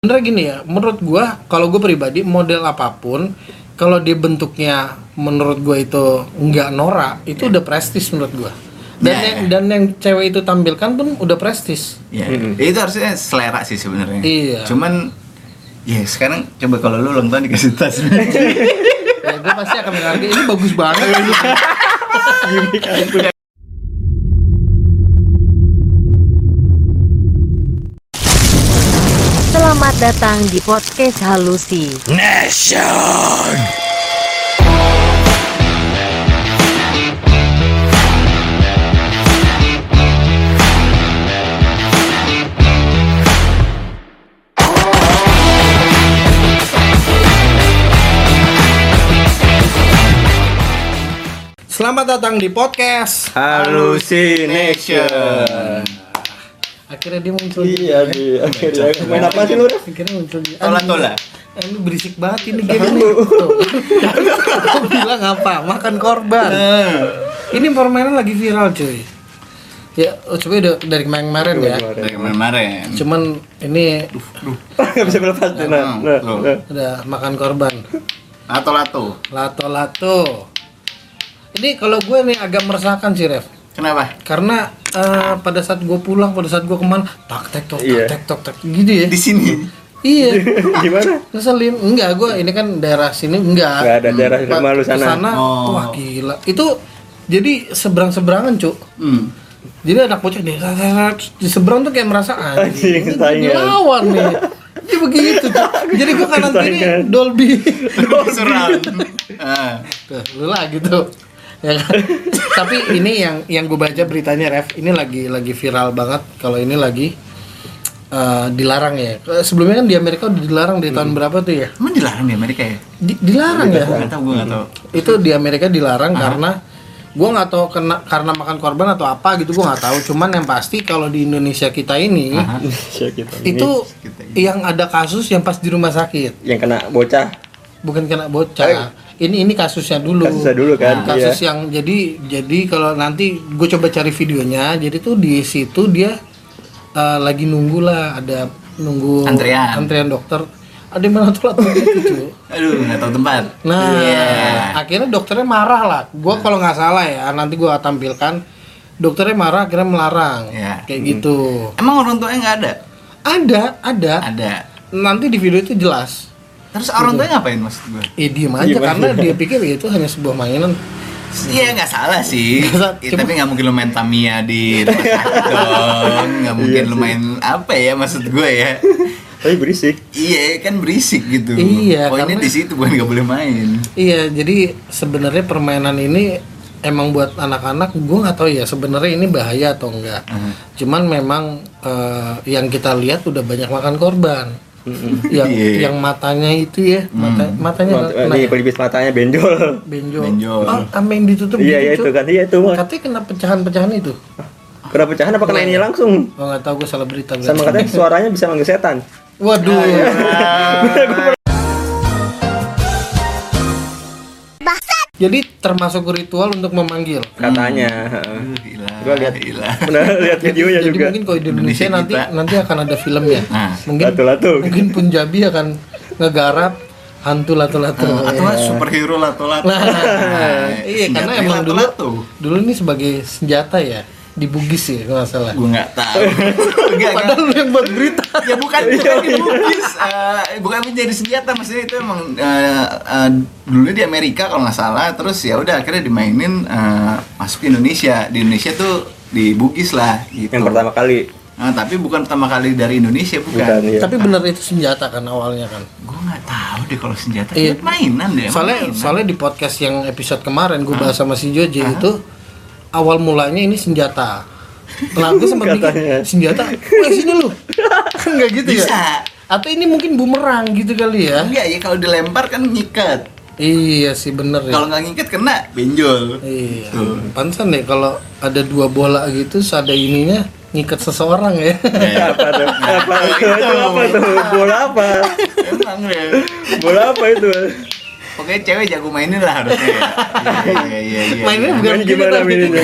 Sebenarnya gini ya, menurut gua kalau gue pribadi model apapun kalau dia bentuknya menurut gua itu nggak norak, itu udah prestis menurut gua. Dan yang cewek itu tampilkan pun udah prestis. Itu harusnya selera sih sebenarnya. Iya. Cuman ya sekarang coba kalau lu ulang tahun dikasih tas. Ya gue pasti akan menghargai, ini bagus banget ini. Selamat datang di podcast Halusi Nation. Selamat datang di podcast Halusi Nation. Akhirnya dia muncul. Iya nih, akhirnya main apa sih lu? Akhirnya muncul. Tola-tola. Ini berisik banget ini game ini. Aku bilang apa? Makan korban. Ini permainan lagi viral cuy. Ya, coba dari kemarin ya. Dari kemarin. Cuman ini Enggak bisa melepas tuh. udah makan korban. Lato-lato. Ini kalau gue nih agak meresahkan sih, Ref. Kenapa? Karena pada saat gue pulang, pada saat gue kemana, tek tok gitu ya. Di sini. Iya. Gimana? Ngeselin. Enggak, gue ini kan daerah sini enggak. Enggak ada daerah rumah lu sana. Wah gila. Itu jadi seberang-seberangan, Cuk. Jadi anak bocah di seberang tuh kayak merasa Anjing, ini saingan. lawan nih. Jadi begitu, Cuk. Jadi gue kanan kiri Saingan. Dolby. Surround. Tuh, lu lagi tuh. Ya kan? Tapi ini yang gue baca beritanya, Ref, ini lagi viral banget kalau ini lagi dilarang ya. Sebelumnya kan di Amerika udah dilarang di tahun berapa tuh ya? Emang dilarang di Amerika ya? Dilarang ya? Gue nggak tahu. Itu di Amerika dilarang karena gue nggak tahu karena makan korban atau apa gitu, gue nggak tahu. Cuman yang pasti kalau di Indonesia kita ini itu yang ada kasus yang pas di rumah sakit, yang kena bocah. bukan kena bocah. Ini kasusnya dulu. Kasusnya dulu kan. Kasus Iya. yang jadi kalau nanti gue coba cari videonya. Jadi tuh di situ dia lagi nunggu lah, ada nunggu antrian dokter. Ada yang mana telat gitu cuy. Aduh, nggak tahu tempat. Nah, akhirnya dokternya marah lah. Gue kalau nggak salah ya, nanti gue tampilkan. Dokternya marah, akhirnya melarang. Iya. Kayak gitu. Emang orang tuanya nggak ada? Ada. Nanti di video itu jelas. Terus orang tuanya ngapain maksud gue? Diem aja karena dia pikir itu hanya sebuah mainan. Iya nggak salah sih. Nggak, Tapi nggak mungkin lu main Tamiya di rumah sakit dong. Nggak mungkin lu main apa ya maksud gue ya. Tapi berisik. Iya kan berisik gitu. Iya, Poinnya karena- di situ bukan nggak boleh main. Iya, jadi sebenarnya permainan ini emang buat anak-anak. Gue nggak tahu ya sebenarnya ini bahaya atau enggak. Cuman memang yang kita lihat udah banyak makan korban. Yang matanya itu ya, matanya Nih pelipis matanya benjol. benjol. Sama yang ditutup Iya gitu, itu Cuk. kan. Iya itu mah. Katanya kena pecahan-pecahan itu. Kena pecahan apa kena ini langsung? Oh nggak tahu, gue salah berita. Sama katanya suaranya bisa manggil setan. Waduh. Jadi termasuk ritual untuk memanggil. Katanya. Gila. Gua lihat. Gila. Pernah lihat videonya Jadi juga. mungkin kalau di Indonesia Indonesia nanti akan ada filmnya. Nah, Lato-lato. Mungkin Punjabi akan ngegarap hantu lato-lato. Atau superhero lato-lato. Iya, karena Senjatanya emang lato-lato. dulu ini sebagai senjata ya di Bugis ya kalau nggak salah. Gue nggak tahu. Padahal lu yang buat berita. Ya bukan di Bugis, bukan menjadi senjata, maksudnya itu emang dulu di Amerika kalau nggak salah, terus ya udah akhirnya dimainin masuk ke Indonesia. Di Indonesia tuh di Bugis lah gitu. Yang pertama kali. Tapi bukan pertama kali dari Indonesia, bukan. Iya. Tapi bener itu senjata kan awalnya kan. Gue nggak tahu deh kalau senjata. Iya. Mainan deh. Soalnya di podcast yang episode kemarin gue bahas sama si Joji itu awal mulanya ini senjata. Nah, gue sempat mikir Katanya. senjata, wah sini lu. Enggak gitu ya? Bisa. Atau ini mungkin bumerang gitu kali ya? Enggak ya, kalau dilempar kan nyikat. Iya sih bener ya. Kalau nggak ngikat kena benjol. Iya. Pantesan deh kalau ada dua bola gitu, terus ada ininya ngikat seseorang ya. Apa tuh? Apa itu? Itu apa tuh? Bola apa? Emang ya. Bola apa itu? Pokoknya cewek jago mainin lah harusnya. Iya. Mainnya bukan Main gitu gimana tapi. mainnya?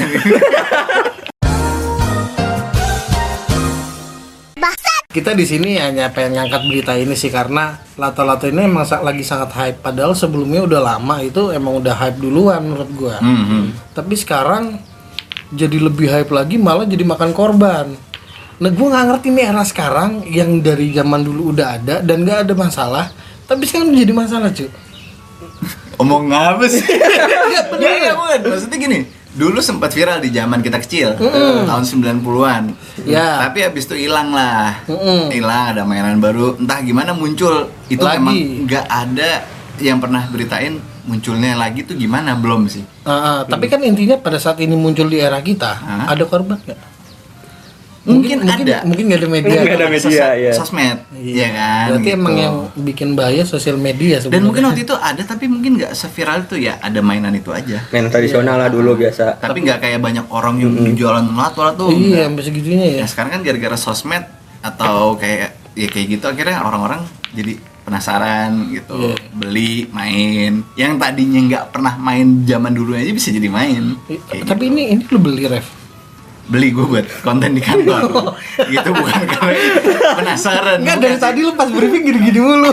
kita di sini hanya pengen ngangkat berita ini sih karena lato-lato ini emang lagi sangat hype. Padahal sebelumnya udah lama itu emang udah hype duluan menurut gua. Tapi sekarang jadi lebih hype lagi, malah jadi makan korban. Nah gua nggak ngerti nih era sekarang yang dari zaman dulu udah ada dan nggak ada masalah, tapi sekarang menjadi masalah cuy. Omong apa sih? Ya, bukan. Maksudnya gini, dulu sempat viral di zaman kita kecil, tahun 90-an. Ya. Tapi habis itu hilang lah. Hilang, ada mainan baru. Entah gimana muncul. Itu Lagi. memang nggak ada yang pernah beritain munculnya lagi tuh gimana, belum sih? Tapi kan intinya pada saat ini muncul di era kita, ada korban nggak? Mungkin ada. Mungkin nggak ada media. Mungkin nggak ada media, ya. Sosmed. Iya kan? Berarti gitu. emang yang bikin bahaya sosial media sebenarnya. Dan mungkin waktu itu ada, tapi mungkin nggak seviral itu ya. Ada mainan itu aja. Main tradisional lah dulu biasa. Tapi nggak kayak banyak orang yang jualan lato-lato. Iya, sampai segitunya ya. Nah, sekarang kan gara-gara sosmed atau kayak gitu akhirnya orang-orang jadi penasaran gitu, beli, main. Yang tadinya nggak pernah main zaman dulu aja bisa jadi main. Kayak Tapi gitu. ini lu beli ref. Beli gue buat konten di kantor. Gitu bukan karena penasaran. Enggak, bukan dari sih. tadi lu pas briefing gini-gini mulu.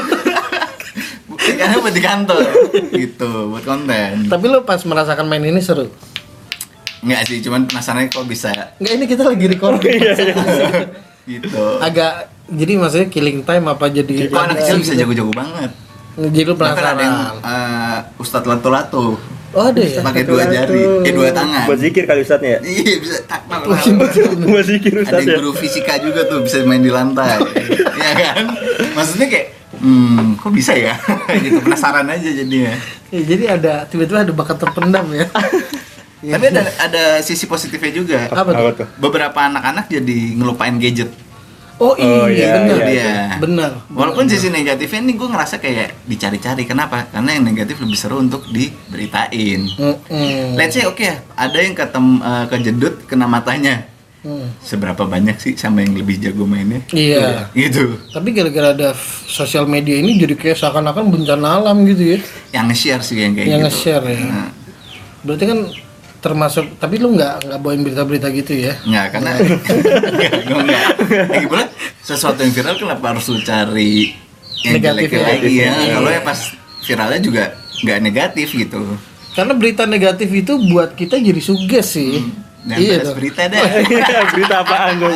Karena buat di kantor gitu, buat konten. Tapi lu pas merasakan main ini seru. Enggak sih, cuman penasaran kok bisa Enggak, ini kita lagi recording. gitu. Agak jadi maksudnya killing time apa jadi Kok anak kecil bisa jago-jago banget. Jadi lu Bahkan ada yang penasaran. Ustadz lato-lato Oh, ada ya? pakai 2 jari, 2 tangan. Buat zikir kali Ustadznya ya? Iya bisa takmal. Buat zikir Ada Ustadz ya? yang guru fisika juga tuh bisa main di lantai. Iya kan? Maksudnya kayak kok bisa ya? Gitu penasaran aja jadinya. Ya, jadi ada tiba-tiba ada bakat terpendam ya. Tapi ada sisi positifnya juga. Apa tuh? tuh? Beberapa anak-anak jadi ngelupain gadget. Oh Oh, iya, iya, benar. Itu dia. Benar. Walaupun sisi negatifnya ini gue ngerasa kayak dicari-cari. Kenapa? Karena yang negatif lebih seru untuk diberitain. Let's say oke, ada yang kejedut kena matanya. Seberapa banyak sih sama yang lebih jago mainnya? Iya. Gitu. Tapi gara-gara ada sosial media ini jadi kayak seakan-akan bencana alam gitu ya. Yang nge-share sih yang kayak Yang gitu. nge-share ya. Nah, Berarti kan termasuk, tapi lu nggak bawain berita-berita gitu ya? nggak, karena gue nggak. Lagi pula sesuatu yang viral kenapa harus lu cari yang Negatif jelek ya? lagi ya? Iya. Kalau ya pas viralnya juga nggak negatif gitu. Karena berita negatif itu buat kita jadi suges sih. Dan Iya beres dong. berita dah. Berita apaan tuh?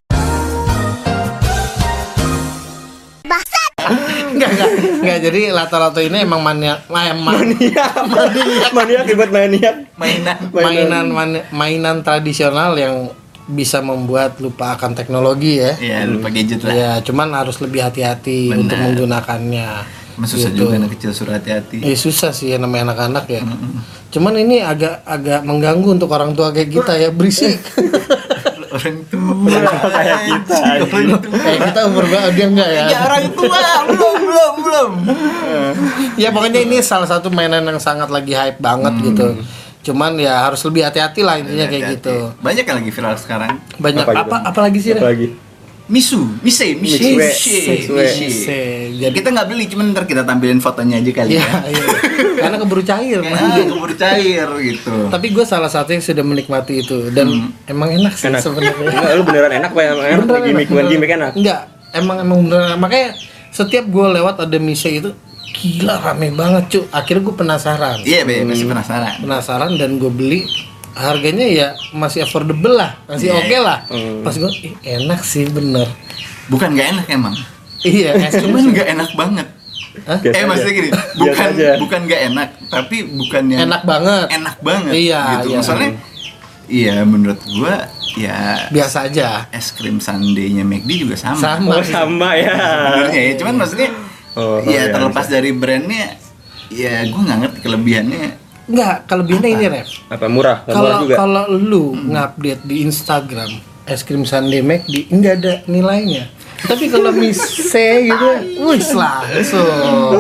Enggak, jadi lato-lato ini emang maniak. Maniak hebat maniak. Mainan tradisional yang bisa membuat lupa akan teknologi ya. Iya, lupa gadget lah. Ya, cuman harus lebih hati-hati Benar. untuk menggunakannya. Emang susah Gitu. juga anak kecil suruh hati-hati. Susah sih ya namanya anak-anak ya. Cuman ini agak mengganggu untuk orang tua kayak kita ya, berisik. Orang tua Kayak kita, anjing. Kita umur berapa dia enggak ya? Ya orang tua belum. Ya pokoknya ini salah satu mainan yang sangat lagi hype banget gitu. Cuman ya harus lebih hati-hati lah intinya kayak Hati-hati. gitu. Banyak yang lagi viral sekarang. Banyak Apa gitu? apa lagi sih? Apa lagi? Mise. Jadi Kita nggak beli, cuman ntar kita tampilin fotonya aja kali iya, ya. iya. Karena keburu cair. Keburu cair gitu. Tapi gue salah satu yang sudah menikmati itu dan emang enak sih Enak. sebenarnya. Enggak, lu beneran enak apa emang enak? Beneran Gimmick, bukan gimmick enak? Enggak, emang beneran. Makanya setiap gue lewat ada mise itu gila rame banget cuy. Akhirnya gue penasaran. Iya, Be, masih penasaran. Penasaran dan gue beli. Harganya ya masih affordable lah, masih Iya. oke lah. Pas gue enak sih bener. Bukan nggak enak emang. Iya, es krim Cuman nggak enak banget. Hah? Biasa aja. Maksudnya gini, Biasa aja. bukan nggak enak, tapi bukan yang enak banget. enak banget. Iya, gitu. iya. Soalnya, iya menurut gua ya Biasa aja. es krim sundae-nya McD juga sama. Sama. Oh sama ya. Sebenarnya ya, cuman maksudnya Oh, ya iya, terlepas bisa. dari brandnya, ya gua nggak ngerti kelebihannya. Enggak, kelebihannya ini Ref. Apa murah? Nggak murah juga. Kalau lu ngupdate di Instagram es krim sundae McD enggak ada nilainya. Tapi kalau mise gitu, wis langsung.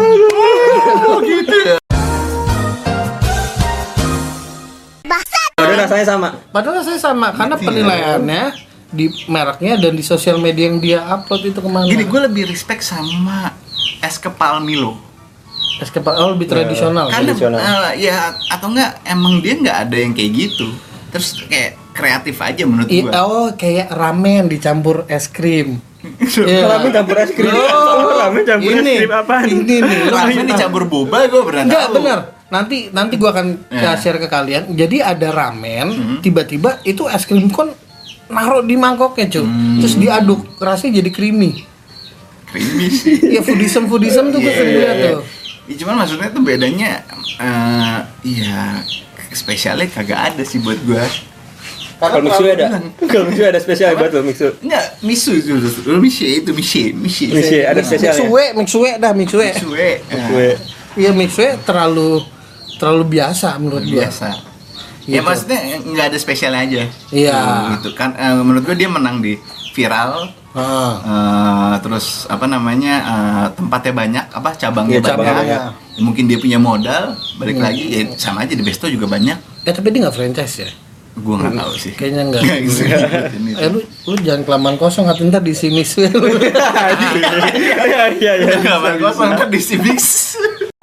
Udah rasanya sama. Padahal saya sama karena penilaiannya di mereknya dan di sosial media yang dia upload itu kemana? Gini, gua lebih respect sama es kepal Milo. Es kepal lebih tradisional. Karena Tradisional. ya atau enggak emang dia nggak ada yang kayak gitu. Terus kayak kreatif aja menurut gua. Oh, kayak ramen dicampur es krim. Iya. Ramen campur es krim. Ramen campur es krim apaan? Ini nih, lu Ramen dicampur boba gue pernah enggak tahu. bener. Nanti gua akan share ke kalian. Jadi ada ramen, tiba-tiba itu es krim kon naruh di mangkoknya, cuy. Terus diaduk, rasanya jadi creamy. Creamy sih. Ya foodism tuh gue sering lihat tuh. Ya, cuman maksudnya tuh bedanya iya spesialnya kagak ada sih buat gua. Kalau mixu ada. Kalau mixu ada spesial buat lo mixu. Enggak, miso dulu miso. Ada spesialnya. Mixue. Miso. Iya mixue terlalu biasa menurut gua. Biasa. Ya Gitu. maksudnya nggak ada spesialnya aja. Iya. Gitu kan menurut gua dia menang di viral. Terus apa namanya tempatnya banyak, cabangnya Iya, cabangnya banyak. banyak. Mungkin dia punya modal, balik lagi ya sama aja di Besto juga banyak. Tapi dia nggak franchise ya? Gua nggak tahu sih. Kayaknya enggak. Gitu. Lu jangan kelamaan kosong hati ntar di sini sih. Iya. Kamar kosong ntar diisi mix.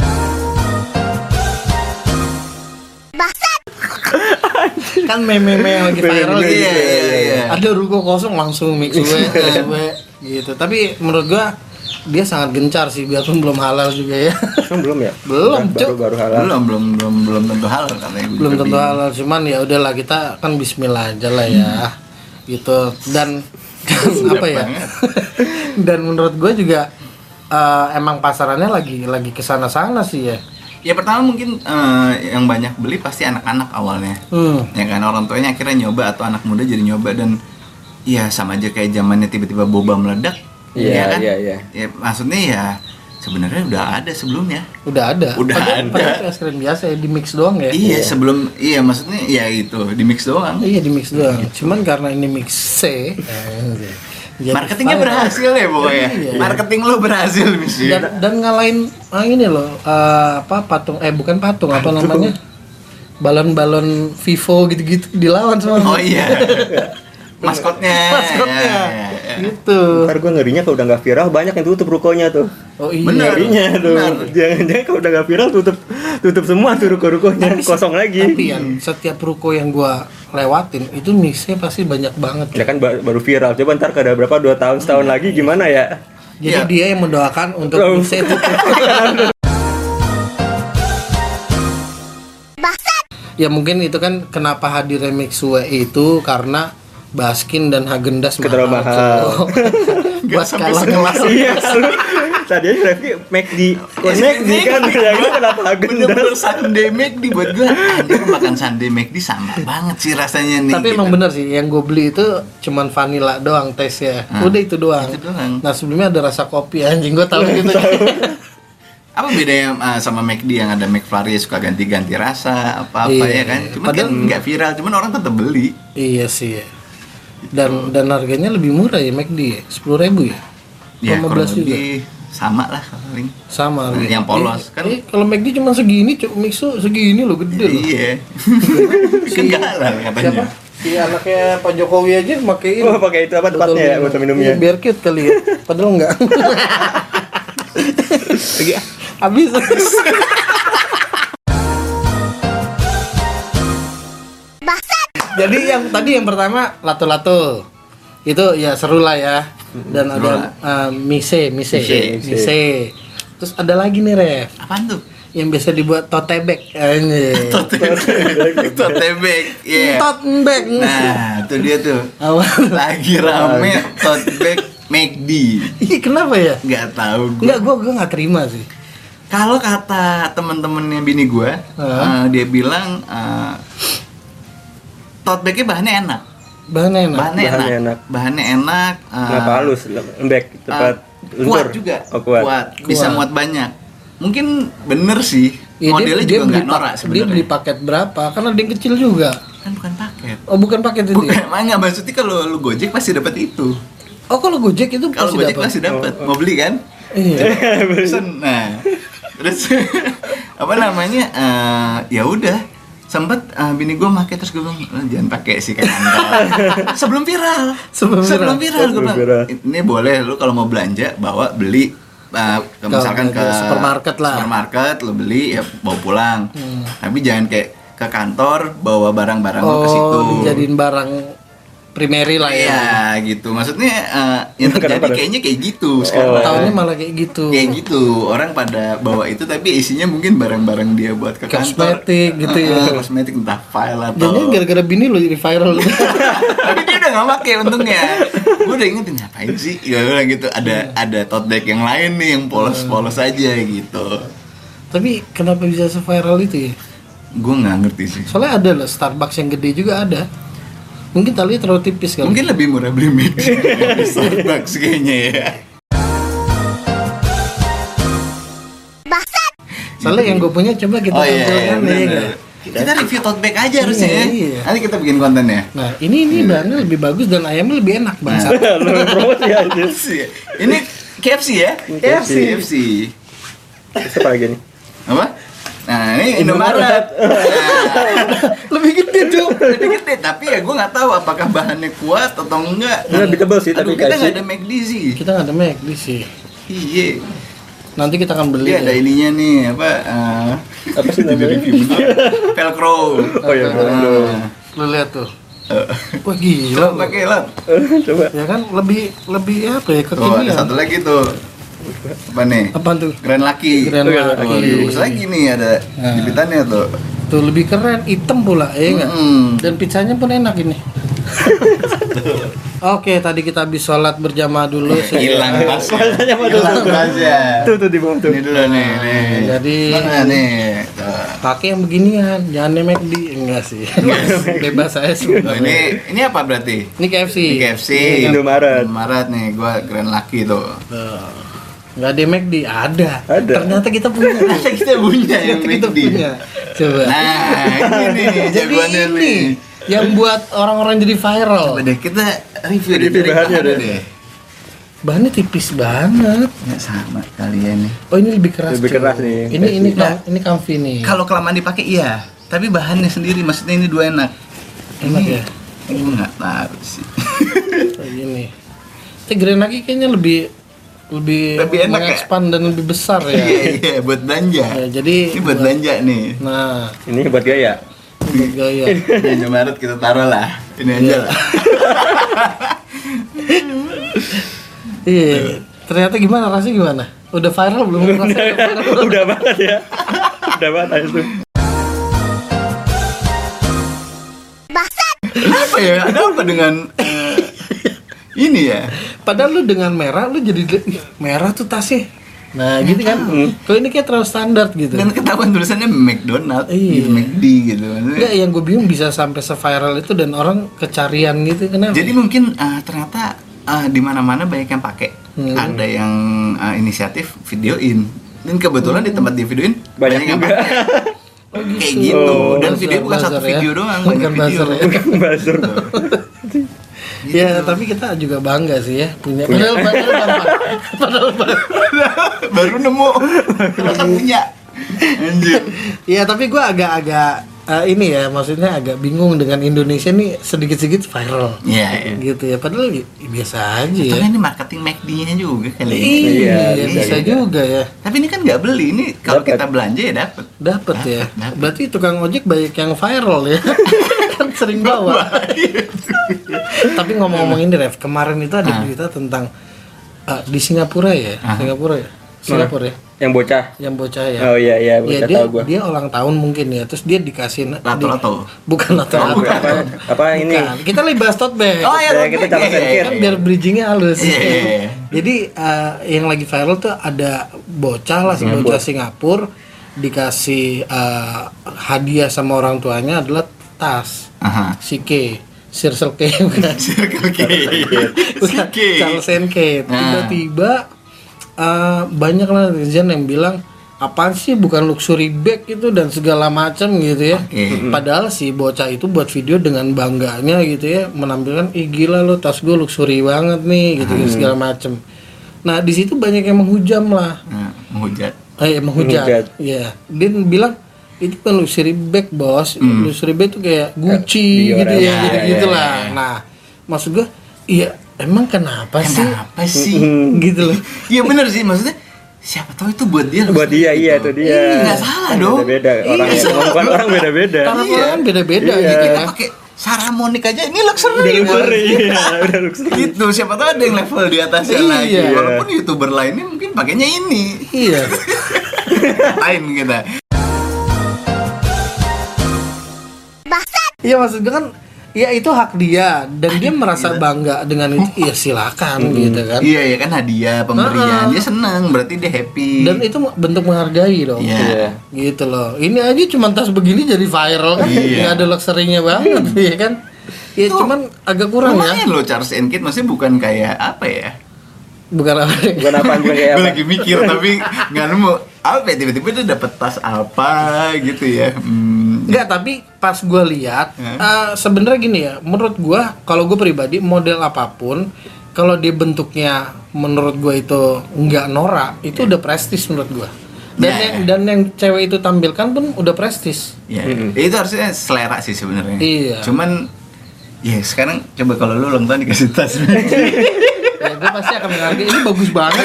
Kan meme yang lagi viral gitu. Iya. Ada ruko kosong langsung mixue gitu. Tapi menurut gua dia sangat gencar sih biarpun belum halal juga ya. Belum ya? Belum, Cuk. Baru halal. Belum tentu halal katanya. Gua Belum juga tentu bingung. halal, cuman ya udahlah kita kan bismillah aja lah ya. Gitu. Dan apa ya? banget. Dan menurut gua juga emang pasarannya lagi kesana-sana sih ya. Ya pertama mungkin yang banyak beli pasti anak-anak awalnya. Ya kan orang tuanya akhirnya nyoba atau anak muda jadi nyoba dan ya sama aja kayak zamannya tiba-tiba boba meledak. Iya, ya kan? iya. Ya maksudnya ya sebenarnya udah ada sebelumnya. Udah ada. Udah ada. Padahal es krim biasa ya di mix doang ya. Iya, maksudnya ya itu di mix doang. Iya di mix doang. Cuman karena ini mix C. jadi Marketingnya viral. berhasil ya pokoknya. Iya. Marketing lo berhasil misi. Dan ngalahin ini loh patung bukan patung apa namanya balon-balon Vivo gitu-gitu dilawan sama Oh iya. Maskotnya. Ya. gitu. Ntar gue ngerinya kalau udah nggak viral banyak yang tutup rukonya tuh. Oh iya. Bener. Ngerinya tuh. Benar. Jangan-jangan kalau udah nggak viral tutup semua tuh ruko-rukonya kosong lagi. Tapi ya setiap ruko yang gua lewatin itu mixnya pasti banyak banget. Ya kan baru viral. Coba ntar kada berapa 2 tahun setahun lagi gimana ya? Jadi Iya. dia yang mendoakan untuk Oh. mixnya itu. Ya mungkin itu kan kenapa hadirnya Mixue itu karena Baskin dan Häagen-Dazs Terlalu mahal. Nggak sampai sekelas. Iya. Tadi aja Raffi McD. McD kan ya itu kenapa Bener-bener Häagen-Dazs? Sunday McD buat gue. Anjir makan Sunday McD sama banget sih rasanya nih. Tapi gitu. emang bener sih, yang gue beli itu cuman vanilla doang tesnya. Udah itu doang. Itu doang. Nah sebelumnya ada rasa kopi anjing, gue tahu gitu. Apa bedanya sama McD yang ada McFlurry suka ganti-ganti rasa apa-apa Iya. ya kan? Cuman Padahal- kan nggak viral, cuman orang tetap beli. Iya sih. Dan harganya lebih murah ya McD ya, 10.000 ya. Ya 15 kurang juga. lebih sama lah paling. Sama harganya. Yang polos, kan? Kalau McD cuma segini, Mixu segini loh, gede loh. Iya. Kan nggak halal katanya. Siapa? Si anaknya Pak Jokowi aja pakein. Oh, pakai itu apa tempatnya ya, botol minumnya? Biar cute kali ya. Padahal enggak. Habis. Jadi yang pertama lato-lato. Itu ya seru lah ya. Dan ada mise. Terus ada lagi nih Ref, Apaan tuh? yang biasa dibuat tote bag. Anjir. Tote bag. Iya. Tote bag. Nah, itu dia tuh. Awal. Lagi rame tote bag McD. Ih, kenapa ya? Nggak tahu gue. Enggak, gue nggak terima sih. Kalau kata temen-temennya bini gue, dia bilang tote bagnya bahannya enak. Bahannya enak. Bahannya enak. Kenapa halus? Lembek tepat Kuat juga. Oh, kuat. Bisa muat banyak. Mungkin bener sih. Ya, Modelnya juga nggak norak dia sebenarnya. beli paket berapa? Karena dia kecil juga. Kan bukan paket. Oh, bukan paket itu. Bukan, Ya? nggak maksudnya kalau lu Gojek pasti dapat itu. Oh, kalau Gojek itu Kalau pasti Gojek dapat. pasti dapat. Mau beli kan? Iya. Pesen. Nah, terus apa namanya? Ya udah. Sempet bini gue pakai terus gue bilang jangan pakai sih kayak Anda. Sebelum viral. Sebelum viral gue bilang. viral. Ini boleh lu kalau mau belanja bawa beli misalkan ke supermarket lah. Supermarket lu beli ya bawa pulang. Tapi jangan kayak ke kantor bawa barang-barang lu ke situ. Oh, dijadiin barang primary lah ya. Iya gitu. Maksudnya yang terjadi Kenapa? kayaknya kayak gitu sekarang. Tahunnya malah kayak gitu. Kayak gitu. Orang pada bawa itu tapi isinya mungkin barang-barang dia buat ke kantor. Kosmetik gitu ya. Kosmetik entah file atau. Jangan gara-gara bini lo jadi viral. Tapi dia udah gak pake untungnya. Gue udah ingetin ngapain sih? Ya udah gitu. Ada tote bag yang lain nih yang polos-polos aja gitu. Tapi kenapa bisa se-viral itu ya? Gue nggak ngerti sih. Soalnya ada lah Starbucks yang gede juga ada. Mungkin talinya terlalu tipis kali. Mungkin lebih murah beli McD dari Starbucks kayaknya ya. Soalnya yang gue punya coba kita Oh iya, tampilkan bener. ya nggak? Kita review tote bag aja harusnya ya. Iya. Nanti kita bikin konten ya. Nah ini bahannya lebih bagus dan ayamnya lebih enak bangsa. Lu promosi aja. Ini KFC ya? KFC. Terus apa lagi nih? Apa? Nah ini Indomaret. Lebih gede tuh. Lebih gede, tapi ya gue nggak tahu apakah bahannya kuat atau enggak. Ini lebih tebal sih, Aduh, tapi kita KFC. nggak ada McD sih. Kita nggak ada McD sih. Iya. Nanti kita akan beli. Dia ada ya. ininya nih apa? Apa sih Jadi namanya? review bener. Velcro. Oh iya, Velcro. Lu lihat tuh. Wah gila. Coba pakai lah. Coba. Ya kan lebih apa ya Tuh ada kekinian. satu lagi tuh. Apa nih? Apaan tuh? Grand Lucky. Grand Lucky. Bagus lagi nih ada Nah. jepitannya tuh. Tuh lebih keren, hitam pula, ya enggak? Dan pizzanya pun enak ini. Oke, tadi kita habis sholat berjamaah dulu. Hilang tasnya. Hilang Hilang tasnya. Tuh di bawah tuh. Ini dulu nih. Jadi Mana nih? Tuh. pakai yang beginian, jangan yang McD. Enggak sih. Bebas saya Oh, suka. ini apa berarti? Ini KFC. Ini KFC. Indomaret. Indomaret nih, gua Grand Lucky tuh. Enggak ada McD, ada. Ada. Ternyata kita punya. Ternyata kita punya yang Ternyata kita McD. punya. Coba. Nah, ini nih Jadi jagoannya ini nih. yang buat orang-orang jadi viral. Coba deh kita review Review dari bahannya bahannya deh. Bahannya tipis banget. Ya sama kalian nih. Oh, ini lebih keras. Lebih cuy. keras nih. Ini comfy nih. Kalau kelamaan dipakai iya, tapi bahannya sendiri maksudnya ini dua enak. Enak Ini- ya? Ini gua nggak tahu sih. Kayak gini. Tapi Grand lagi kayaknya lebih Lebih enak ya? mengekspan dan lebih besar ya. Iya, buat belanja. Ya, jadi Ini buat belanja nih. Nah, Ini buat gaya. buat gaya. Di Indomaret kita taruh lah. Ini aja lah. Iya. Ternyata gimana rasanya gimana? Udah viral belum? Udah banget ya. Udah banget itu. Apa ya? Ada apa dengan ini ya? Padahal lu dengan merah lu jadi "Ih, merah tuh tasnya. Nah, gitu kan. Kalau ini kayak terlalu standar gitu. Dan ketahuan tulisannya McDonald Iya. gitu, McD gitu. Maksudnya, Enggak, yang gue bingung bisa sampai se-viral itu dan orang kecarian gitu. Kenapa? jadi mungkin ternyata di mana-mana banyak yang pakai. Ada yang inisiatif videoin. Dan kebetulan di tempat dia videoin Banyak yang juga. pakai. Kayak gitu. Dan video bukan Buzzer satu ya. video doang, Bukan banyak video. buzzer ya. Buzzer. Ya, tapi kita juga bangga sih ya punya. Padahal gampang. Padahal Baru nemu. Ternyata punya. Anjir. ya, tapi gue agak-agak ini ya, maksudnya agak bingung dengan Indonesia nih sedikit-sedikit viral. Iya, iya. Gitu ya, padahal biasa aja ya. Tapi ini marketing McD-nya juga kali. Iya, Iya, bisa iya. juga ya. Tapi ini kan nggak beli, ini kalau Dapet. kita belanja ya dapat. Dapat ya. Dapet. Berarti tukang ojek banyak yang viral ya. Kan sering bawa. Tapi ngomong-ngomong ini Rev, kemarin itu ada berita tentang di Singapura ya. Singapura ya. Yang bocah. Yang bocah ya. Oh iya iya, Ya, bocah dia, tahu gua. dia ulang tahun mungkin ya, terus dia dikasih Lato-lato. bukan lato-lato. Apa ini? Bukan. Kita lagi bahas tote bag. Oh iya, Ya, kita cara sengkir. Kan biar bridgingnya halus. Iya, iya, iya. Jadi yang lagi viral tuh ada bocah lah, bocah Singapura dikasih hadiah sama orang tuanya adalah tas Aha. si K, Circle K bukan? Circle K. Bukan, Charles and Kate. Nah. Tiba-tiba banyak lah netizen yang bilang apaan sih, bukan luxury bag itu dan segala macam gitu ya. Oke. Padahal si bocah itu buat video dengan bangganya gitu ya, menampilkan ih gila lo tas gue luxury banget nih gitu, segala macam. Nah di situ banyak yang menghujam lah, Nah, menghujat. menghujat. Menghujat. Iya, dia bilang itu kan luxury bag bos, luxury bag tuh kayak Gucci Dior, gitu ya, ya, gitu ya, lah. ya. Nah maksud gue, iya emang kenapa sih? Kenapa sih? Gitu loh. Iya bener sih, maksudnya siapa tahu itu buat dia. Buat dia, iya itu dia. Iya, nggak salah dong. Beda-beda. Orang Iya. bukan orang beda-beda. Karena Iya. orang kan beda-beda Iya. gitu Kita ya. pakai Saramonic aja ini luxury. Udah Bos. luxury, iya, udah luxury. Gitu, siapa tahu ada yang level di atasnya Iya. lagi. Walaupun YouTuber lainnya mungkin pakainya ini. Iya. Lain kita. Iya maksud gue kan ya itu hak dia dan dia merasa bangga dengan itu ya silakan gitu kan. Iya ya kan hadiah pemberian, dia seneng berarti dia happy. Dan itu bentuk menghargai dong. Iya. Gitu loh. Ini aja cuma tas begini jadi viral kan. Iya. Nggak ada luxury-nya banget ya kan. Ya Tuh, cuman agak kurang ya. lumayan loh Charles and Kate, maksudnya bukan kayak apa ya? Bukan apa. Bukan apaan juga kayak Gue apa. lagi mikir tapi nggak nemu apa ya, tiba-tiba dia dapet tas apa gitu ya. Enggak, tapi pas gue lihat sebenarnya gini ya, menurut gue kalau gue pribadi model apapun kalau dia bentuknya menurut gue itu nggak norak itu udah prestis menurut gue. Dan yang cewek itu tampilkan pun udah prestis. Ya, itu harusnya selera sih sebenarnya. Iya. Cuman ya sekarang coba kalau lu ulang tahun dikasih tas. Ya, gue pasti akan menghargai ini bagus banget.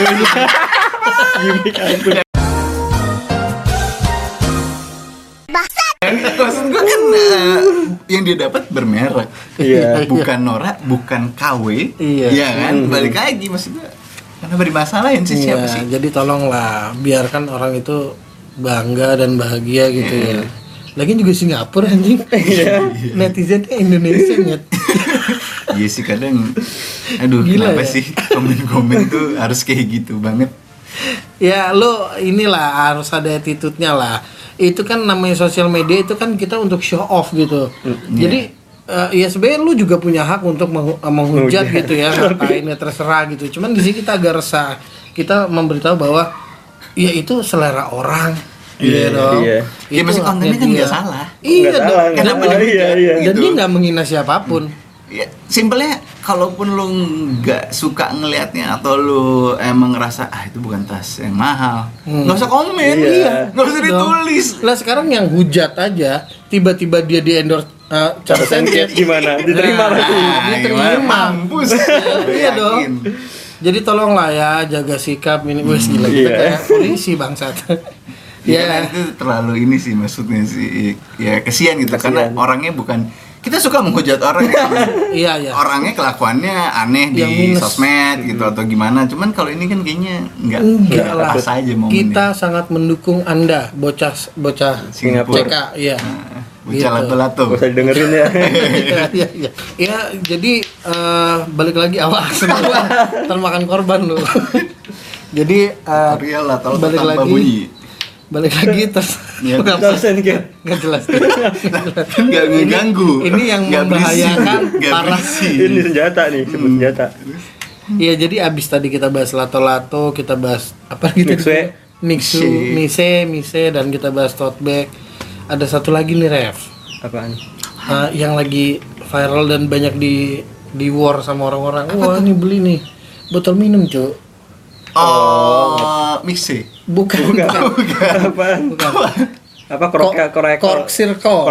Maksud gue kan yang dia dapat bermerek. Iya. Bukan norak, bukan KW. Iya. Iya kan? Balik lagi maksud gue. Karena bermasalahin sih siapa sih? Jadi tolonglah biarkan orang itu bangga dan bahagia gitu ya. Lagian juga Singapura anjing. Netizennya Indonesia nyet. Iya sih kadang. Aduh, Gila kenapa ya? sih komen-komen tuh harus kayak gitu banget? Ya lo inilah harus ada attitude-nya lah. Itu kan namanya sosial media itu kan kita untuk show off gitu. Jadi ya sebenarnya lu juga punya hak untuk menghujat gitu ya, ngapain ya terserah gitu. Cuman di sini kita agak resah. Kita memberitahu bahwa ya itu selera orang. Iya dong. iya. Ya masih kontennya kan nggak salah. Iya Nggak dong. salah, nggak Kenapa salah. dihujat? Iya, iya. Dan Gitu. dia nggak menghina siapapun. Ya, simpelnya kalaupun lu nggak suka ngelihatnya atau lu emang ngerasa itu bukan tas yang mahal, nggak usah komen, Iya. nggak usah Dong. ditulis. Lah sekarang yang hujat aja tiba-tiba dia di endorse Charles and Kate. Gimana? Diterima lagi. Diterima. Mampus. Iya dong. Yakin. Jadi tolonglah ya jaga sikap ini. Wes gila kita Iya. kayak polisi bangsat. Ya, Ya. itu terlalu ini sih maksudnya sih. Ya kesian gitu karena Kesian. orangnya bukan, kita suka menghujat orang ya. Iya ya. Orangnya kelakuannya aneh Yang di minus. sosmed gitu atau gimana. Cuman kalau ini kan kayaknya Enggak lah. pas aja momennya. Kita sangat mendukung Anda bocah Singapura. CK ya. Bocah Gitu. lato-lato. Gak usah didengerin ya. Iya iya. Ya jadi balik lagi awas semua termakan korban lu. Jadi Real atau balik tanpa lagi. bunyi. Balik lagi terus Iya, Charles and Kate. nggak jelas. Nggak ngeganggu. Ini yang Nggak berisik, membahayakan nggak parah. berisik. Ini senjata nih, sebut senjata. Iya jadi abis tadi kita bahas lato-lato, kita bahas apa gitu? Mixue. Mise, dan kita bahas tote bag. Ada satu lagi nih Rev, Apaan? yang lagi viral dan banyak di war sama orang-orang. Wah ini beli nih botol minum cuy. Oh, mixi. Bukan. Apaan? Apa Cork circle.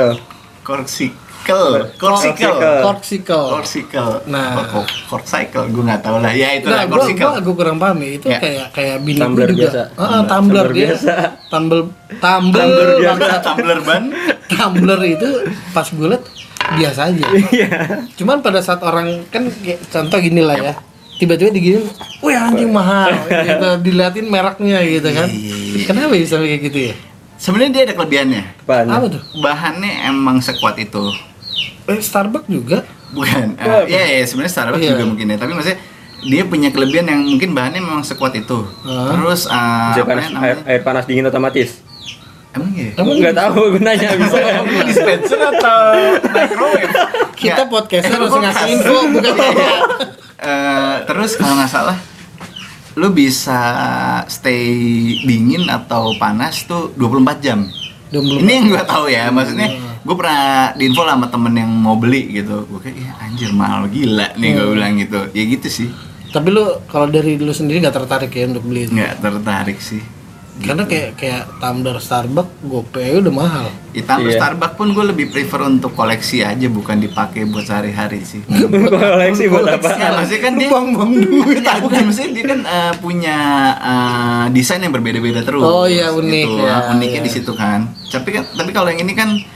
Corksicle. Nah. Corksicle, gue nggak tahu lah. Ya itu lah Nah, gua corksicle. kurang paham ya. Itu Ya. kayak bini Tumbler gua juga. biasa. Tumbler Tumbler dia. biasa. Tumbler biasa. Tumbler ban. Tumbler itu pas gue liat biasa aja. Iya. Cuman pada saat orang kan kayak contoh gini lah ya. Tiba-tiba diginin, wih anjing mahal. Gitu, diliatin mereknya gitu kan. Kenapa bisa kayak gitu ya? Sebenarnya dia ada kelebihannya. Apaan? Apa tuh? Bahannya emang sekuat itu. Starbucks juga. Bukan. Ya sebenarnya Starbucks Iya. juga mungkin ya. Tapi maksudnya dia punya kelebihan yang mungkin bahannya memang sekuat itu. Terus Bisa apa panas, namanya? air panas dingin otomatis. Emang ya? Emang Enggak tahu gunanya bisa. Ini dispenser atau microwave? kita Nggak. podcaster harus Kulkas. ngasih info bukan ya. Terus kalau nggak salah lu bisa stay dingin atau panas tuh 24 jam. Ini yang gue tahu ya, maksudnya gue pernah diinfo lah sama temen yang mau beli gitu. Gue kayak, ya anjir mahal gila nih gue bilang gitu. Ya gitu sih, Tapi lu kalau dari lu sendiri nggak tertarik ya untuk beli itu? nggak tertarik sih. Karena kayak tumbler Starbucks GoPay udah mahal. Hitam Iya. Starbucks pun gue lebih prefer untuk koleksi aja, bukan dipakai buat sehari-hari sih. Koleksi buat apa? Ya, maksudnya kan dia Buang-buang duit. bukan, maksudnya dia kan punya desain yang berbeda-beda terus. Oh iya, unik gitu. ya, Uniknya iya. di situ kan. Tapi kalau yang ini kan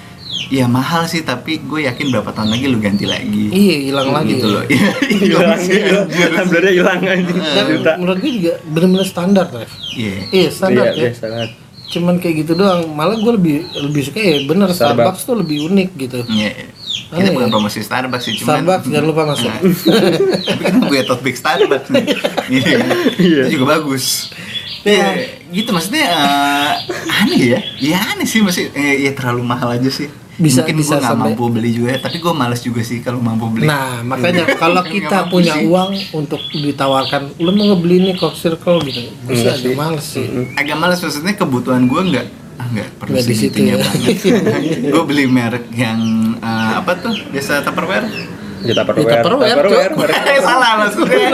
Ya mahal sih, tapi gue yakin berapa tahun lagi lu ganti lagi. Iya, hilang lagi. Gitu loh. Hilang. Alhamdulillah hilang anjing. Dan Juta. menurut gue juga benar-benar standar, Ref. Iya. Iya, standar Iya, ya. sangat. Cuman kayak gitu doang. Malah gue lebih suka ya bener Starbucks tuh lebih unik gitu. Iya. Kita bukan promosi Starbucks sih, cuman Starbucks jangan lupa masuk. tapi kan gue tote bag Starbucks nih. Iya. Itu juga bagus. Iya, gitu maksudnya aneh ya. Ya aneh sih masih ya terlalu mahal aja sih. Mungkin gue nggak mampu beli juga, tapi gue malas juga sih kalau mampu beli. Nah makanya kalau kita punya uang untuk ditawarkan, lu mau ngebeli nih Coke Circle gitu, gue sih agak males sih. Agak males, maksudnya kebutuhan gue nggak perlu Nggak di situ segitunya ya. banget. Gue beli merek yang apa tuh biasa Tupperware. Ya Tupperware. Salah maksudnya.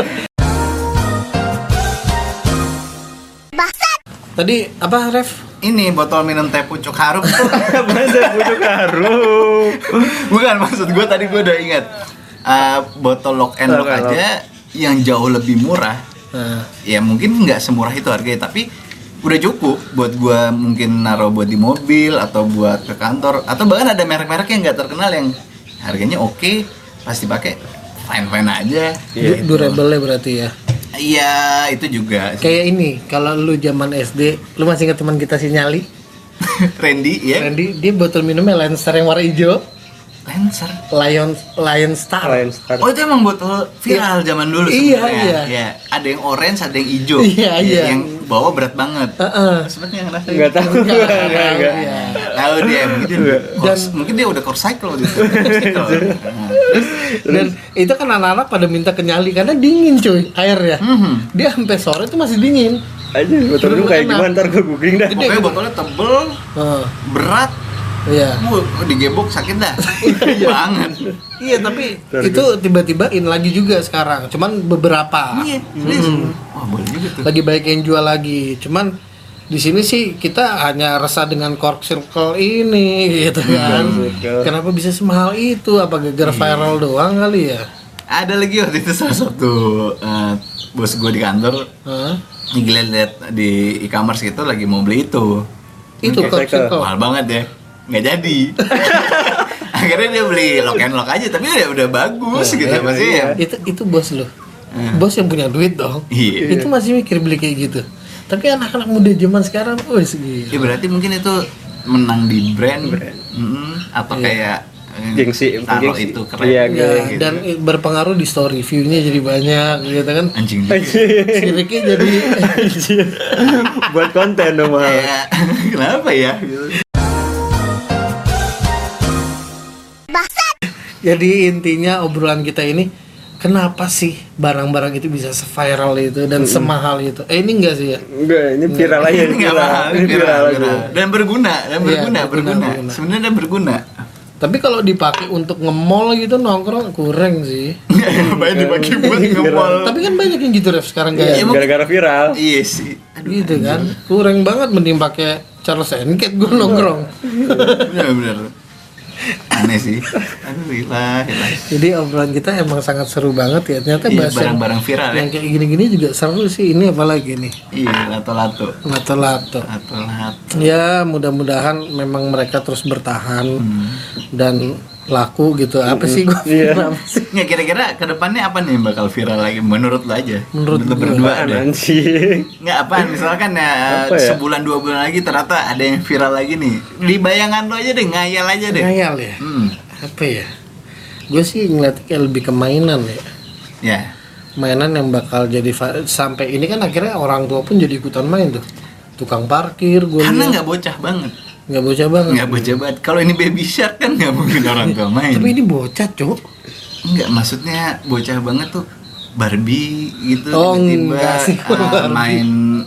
Tadi apa, Ref? Ini botol minum teh pucuk harum tuh. Masa pucuk harum. Bukan, maksud gue tadi gue udah ingat botol lock and lock aja yang jauh lebih murah. Ya mungkin nggak semurah itu harganya, tapi udah cukup buat gue mungkin naruh buat di mobil atau buat ke kantor, atau bahkan ada merek-merek yang nggak terkenal yang harganya oke, pasti pakai fine aja. Durable berarti ya. Iya, itu juga sih. Kayak ini, kalau lu zaman SD, lu masih ingat teman kita si Nyali? Randy ya. Randy, dia botol minumnya Lancer yang warna hijau. Lancer. Lion Star. Oh, itu emang botol viral zaman dulu Iya, sebenarnya. iya. Ya, ada yang orange, ada yang hijau. Iya, iya. Yang bawa berat banget. Sebenarnya yang ngerasain. Enggak tahu. Enggak. Tahu dia mungkin mungkin dia udah core cycle gitu. Dan itu kan anak-anak pada minta ke Nyali karena dingin cuy airnya. Dia sampai sore itu masih dingin. Aja botol lu kayak gimana, ntar gue googling dah. Pokoknya botolnya tebel, berat. Iya. Digebok sakit dah. Banget. Iya, tapi itu tiba-tiba in lagi juga sekarang. Cuman beberapa. Iya. Wah, boleh juga tuh. Lagi baik yang jual lagi. Cuman di sini sih kita hanya resah dengan Coke Circle ini gitu kan. Kenapa bisa semahal itu? Apa gara-gara viral doang kali ya? Ada lagi waktu itu salah satu bos gue di kantor. Lihat di e-commerce gitu lagi mau beli itu. Itu Coke Circle. Mahal banget ya. Nggak jadi. Akhirnya dia beli lock and lock aja, tapi udah bagus gitu pasti ya. Itu bos lo. Bos yang punya duit dong. Iya. Itu masih mikir beli kayak gitu. Tapi anak-anak muda zaman sekarang, segini. Ya berarti mungkin itu menang di brand. Atau kayak gengsi taruh itu keren. Iya, Ya, gitu. dan berpengaruh di story view-nya jadi banyak gitu kan. Anjing. Siriknya jadi buat konten dong mal. Ya, kenapa ya? Jadi intinya obrolan kita ini, kenapa sih barang-barang itu bisa se-viral itu dan semahal itu? Ini enggak sih ya? Enggak, ini viral aja. Nggak mahal, ini viral. Dan berguna. Iya, berguna. Sebenarnya berguna. Tapi kalau dipakai untuk nge-mall gitu nongkrong kurang sih. Ngapain dipakai buat nge-mall? Tapi kan banyak yang gitu Ref sekarang Iya, kayak gara-gara viral. Iya sih. gitu kan. Kurang banget, mending pakai Charles & Kate gue nongkrong. Bener. Aneh sih. Aduh, hilang. Jadi obrolan kita emang sangat seru banget ya. Ternyata Iya, bahas barang-barang viral ya. yang kayak gini-gini juga seru sih. Ini apalagi nih? Iya, lato-lato. Lato-lato. Lato-lato. Ya mudah-mudahan memang mereka terus bertahan dan laku gitu. Apa sih gue? Kenapa sih? Nggak, kira-kira kedepannya apa nih yang bakal viral lagi? Menurut lo aja. Menurut lo gua. berdua deh. Anjing. Nggak, apaan? Misalkan ya, Apa ya? sebulan 2 bulan lagi ternyata ada yang viral lagi nih. Di bayangan lo aja deh, ngayal aja deh. Ngayal ya? Apa ya? Gue sih ngeliatnya kayak lebih ke mainan ya. Ya. Mainan yang bakal jadi sampai ini kan akhirnya orang tua pun jadi ikutan main tuh. Tukang parkir gue Karena liat. nggak bocah banget. Nggak bocah banget. Nggak bocah banget. Kalau ini baby shark kan nggak mungkin orang tua main. Tapi ini bocah cuk. Enggak, maksudnya bocah banget tuh Barbie gitu. Oh, tiba-tiba enggak sih, Barbie. main.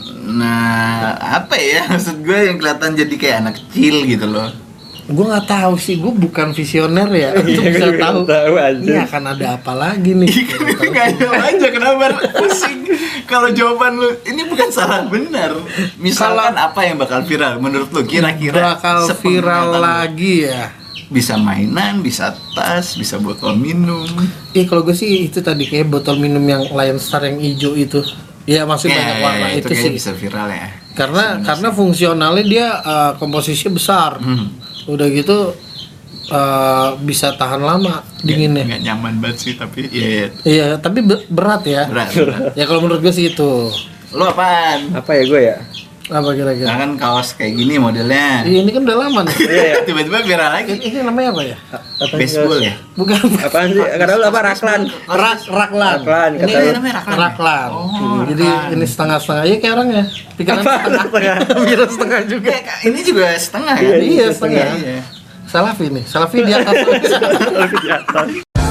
Nah, apa ya maksud gue yang kelihatan jadi kayak anak kecil gitu loh. Gue nggak tahu sih, gue bukan visioner ya untuk Iya, bisa gue tahu. tahu aja. Iya, Ini akan ada apa lagi nih? Nggak jawab aja, kenapa pusing? Kalau jawaban lu ini bukan salah benar. Misalkan apa yang bakal viral menurut lu kira-kira? Bakal viral sepenglihatan lu? lagi ya. Bisa mainan, bisa tas, bisa botol minum. Kalau gue sih itu tadi kayak botol minum yang Lion Star yang hijau itu. Ya masih banyak warna itu kayaknya sih. bisa viral ya. Karena fungsionalnya dia komposisinya besar. Udah gitu bisa tahan lama dinginnya. Nggak nyaman banget sih tapi iya. Iya, tapi berat ya. Berat. Ya kalau menurut gue sih itu. Lo apaan? Apa ya gue ya? Apa kira-kira? Nah kan kaos kayak gini modelnya. Iya, ini kan udah lama nih. Tiba-tiba viral lagi. Ini namanya apa ya? Baseball ya? Bukan. Apaan sih? Enggak tahu apa Raklan. Raklan. Raklan, Ini kata lu. namanya Raklan. Raklan. Oh, Jadi Raklan. ini setengah-setengah. Iya kayak orangnya. Pikiran setengah. Pikiran setengah juga. Ini juga setengah kan? Iya, setengah. Iya. Salafi nih. Salafi di atas. Lebih di atas.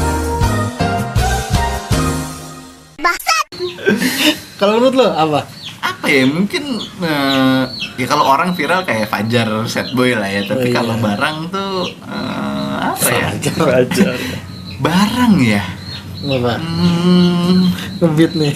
Kalau menurut lo apa? Apa ya mungkin ya kalau orang viral kayak Fajar Sad Boy lah ya, tapi Oh, iya. kalau barang tuh apa ya? Wajar. Barang ya. Apa? Ngebit nih.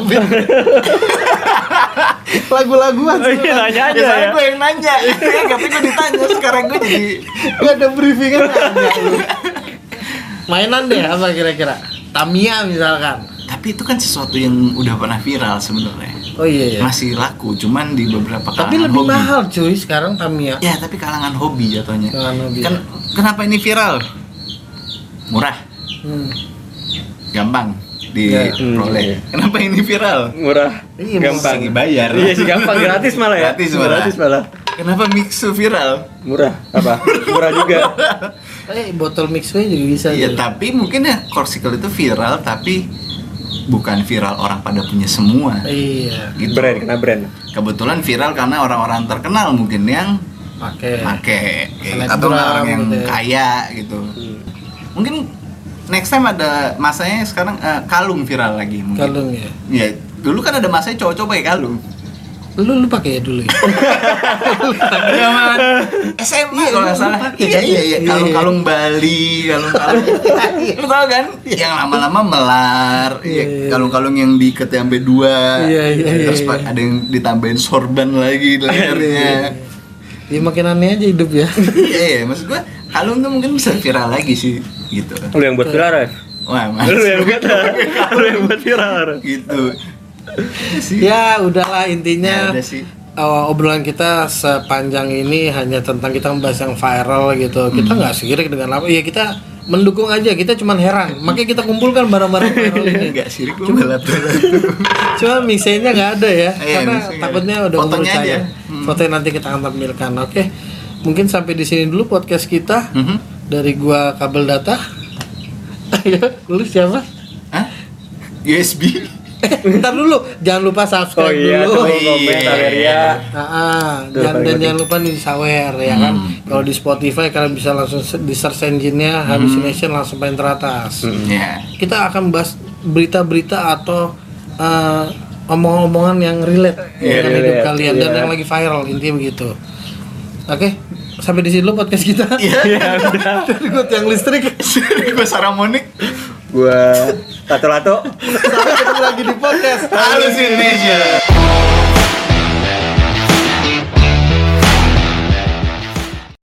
Lagu-laguan. Oh iya nanya aja Biasanya ya. gue yang nanya, tapi gue ditanya sekarang gue jadi Gak ada briefingan nanya lu. Mainan deh apa kira-kira? Tamiya misalkan. tapi itu kan sesuatu yang udah pernah viral sebenarnya. Oh iya ya. Masih laku, cuman di beberapa kalangan Tapi lebih hobi. mahal cuy sekarang Tamiya. Ya, tapi kalangan hobi jatuhnya. Kalangan hobi, Kan ya. kenapa ini viral? Murah, Hmm. gampang Ya. diperoleh. Iya. Kenapa ini viral? Murah. Iya, Gampang. Lagi bayar. Iya sih gampang, gratis malah ya. Gratis malah. Gratis malah. Kenapa Mixu viral? Murah. Apa? Murah juga. Botol Mixway juga bisa. Iya, tuh. tapi mungkin ya Corsicle itu viral, tapi bukan viral orang pada punya semua. Iya. Gitu. Brand, kena brand. Kebetulan viral karena orang-orang terkenal mungkin yang Pakai. atau Selebgram orang yang gitu ya. kaya gitu. Mungkin next time ada masanya sekarang kalung viral lagi mungkin. Kalung ya. Ya, dulu kan ada masanya cowok-cowok pakai kalung. Lu pakai ya dulu ya. Zaman SMA kalau nggak salah. pakai kan? Iya, Iya. kalung-kalung Bali, kalung-kalung. Lu tau kan? Yang lama-lama melar, Iya. kalung-kalung yang diikat sampai dua. Iya, iya, Terus iya. ada yang ditambahin sorban lagi di lehernya. Ya makin aneh aja hidup ya. Iya, maksud gua kalung tuh mungkin bisa viral lagi sih gitu. Lu yang buat viral, Ref. Wah, Lu yang buat. Lu yang buat viral, Ref. gitu. Sih. Ya udahlah intinya. Ya, udah sih. Obrolan kita sepanjang ini hanya tentang kita membahas yang viral gitu. Kita nggak sirik dengan apa. Ya kita mendukung aja. Kita cuman heran. Makanya kita kumpulkan barang-barang viral ini. Enggak sirik lu malah tuh. Cuma mixnya nggak ada ya. Iya, Karena mixnya takutnya nggak ada. udah Fotonya keburu aja. cair. Fotonya nanti kita akan tampilkan. Oke. Mungkin sampai di sini dulu podcast kita. Dari gua Kabel Data. Ayo, lu siapa? Hah? USB? Ntar dulu, jangan lupa subscribe Oh iya, dulu. tuh komentar ya. Jangan lupa di sawer ya kan. Kalau di Spotify kalian bisa langsung di search engine-nya hallucination langsung paling teratas. Ya. Kita akan bahas berita-berita atau omong-omongan yang relate dengan hidup relate, kalian dan iya. yang lagi viral intinya begitu. Oke, sampai di sini dulu podcast kita. Iya. Dari gue tiang listrik. Gue Saramonik. Gua lato-lato. Sampai ketemu lagi di podcast Halus Indonesia.